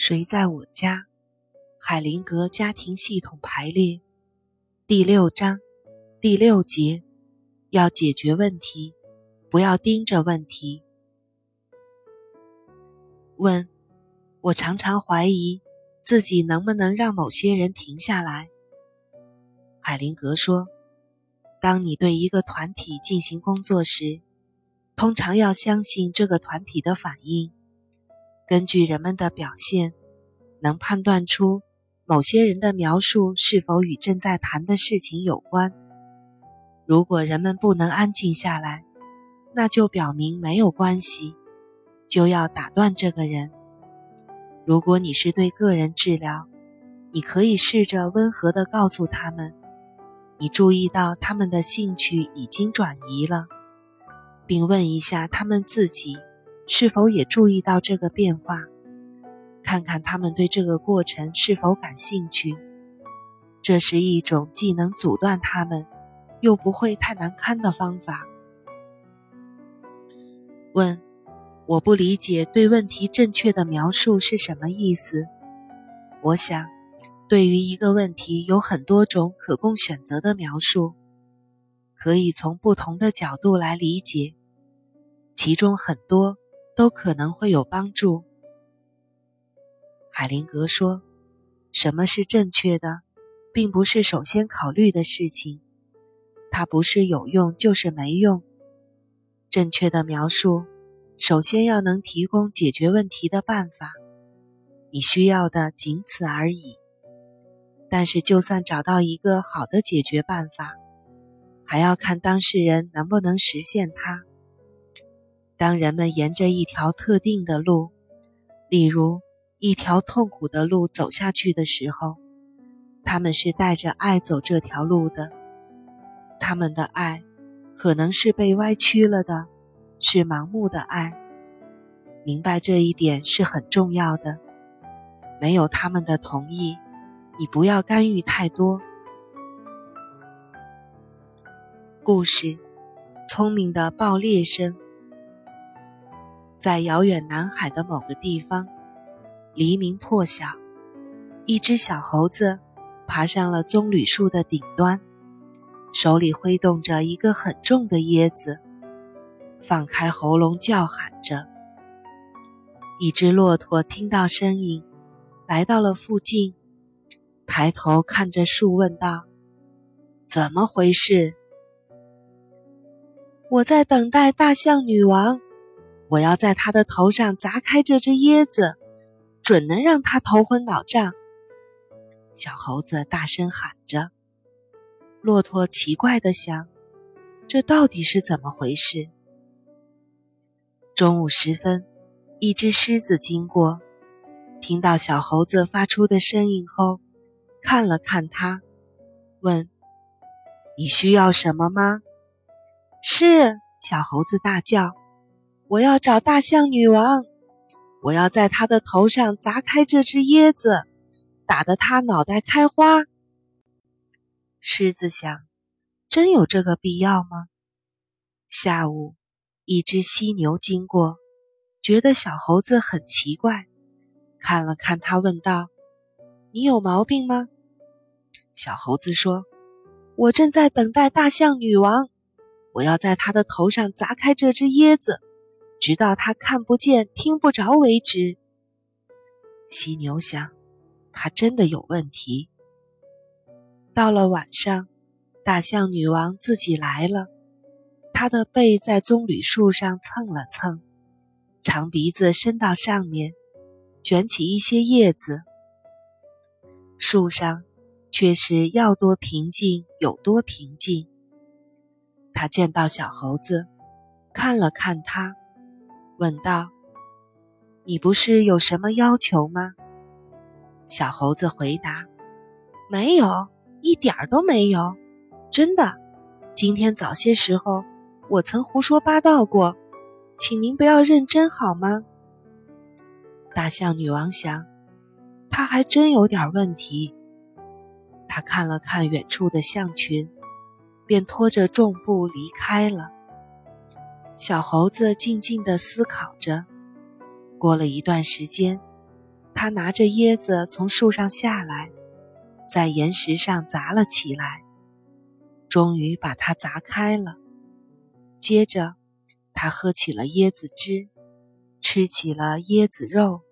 谁在我家？海灵格家庭系统排列第6章第6节，要解决问题，不要盯着问题。问：我常常怀疑自己能不能让某些人停下来。海灵格说，当你对一个团体进行工作时，通常要相信这个团体的反应，根据人们的表现，能判断出某些人的描述是否与正在谈的事情有关。如果人们不能安静下来，那就表明没有关系，就要打断这个人。如果你是对个人治疗，你可以试着温和地告诉他们，你注意到他们的兴趣已经转移了，并问一下他们自己是否也注意到这个变化，看看他们对这个过程是否感兴趣。这是一种既能阻断他们，又不会太难堪的方法。问：我不理解对问题正确的描述是什么意思。我想，对于一个问题有很多种可供选择的描述，可以从不同的角度来理解，其中很多都可能会有帮助。海灵格说，什么是正确的，并不是首先考虑的事情，它不是有用就是没用。正确的描述首先要能提供解决问题的办法，你需要的仅此而已。但是就算找到一个好的解决办法，还要看当事人能不能实现它。当人们沿着一条特定的路，例如一条痛苦的路走下去的时候，他们是带着爱走这条路的。他们的爱可能是被歪曲了的，是盲目的爱。明白这一点是很重要的。没有他们的同意，你不要干预太多。故事：聪明的爆裂声。在遥远南海的某个地方，黎明破晓，一只小猴子爬上了棕榈树的顶端，手里挥动着一个很重的椰子，放开喉咙叫喊着。一只骆驼听到声音，来到了附近，抬头看着树问道：怎么回事？我在等待大象女王，我要在她的头上砸开这只椰子，准能让她头昏脑胀。小猴子大声喊着。骆驼奇怪地想，这到底是怎么回事？中午时分，一只狮子经过，听到小猴子发出的声音后，看了看它，问：你需要什么吗？是，小猴子大叫，我要找大象女王，我要在她的头上砸开这只椰子，打得她脑袋开花。狮子想，真有这个必要吗？下午，一只犀牛经过，觉得小猴子很奇怪，看了看他问道：你有毛病吗？小猴子说：我正在等待大象女王，我要在她的头上砸开这只椰子，直到她看不见听不着为止。犀牛想，他真的有问题。到了晚上，大象女王自己来了，她的背在棕榈树上蹭了蹭，长鼻子伸到上面，卷起一些叶子。树上却是要多平静有多平静。她见到小猴子，看了看他，问道：你不是有什么要求吗？小猴子回答：没有，一点儿都没有，真的，今天早些时候我曾胡说八道过，请您不要认真好吗？大象女王想，她还真有点问题。她看了看远处的象群，便拖着重步离开了。小猴子静静地思考着。过了一段时间， 他拿着椰子从树上下来，在岩石上砸了起来，终于把它砸开了。接着他喝起了椰子汁，吃起了椰子肉，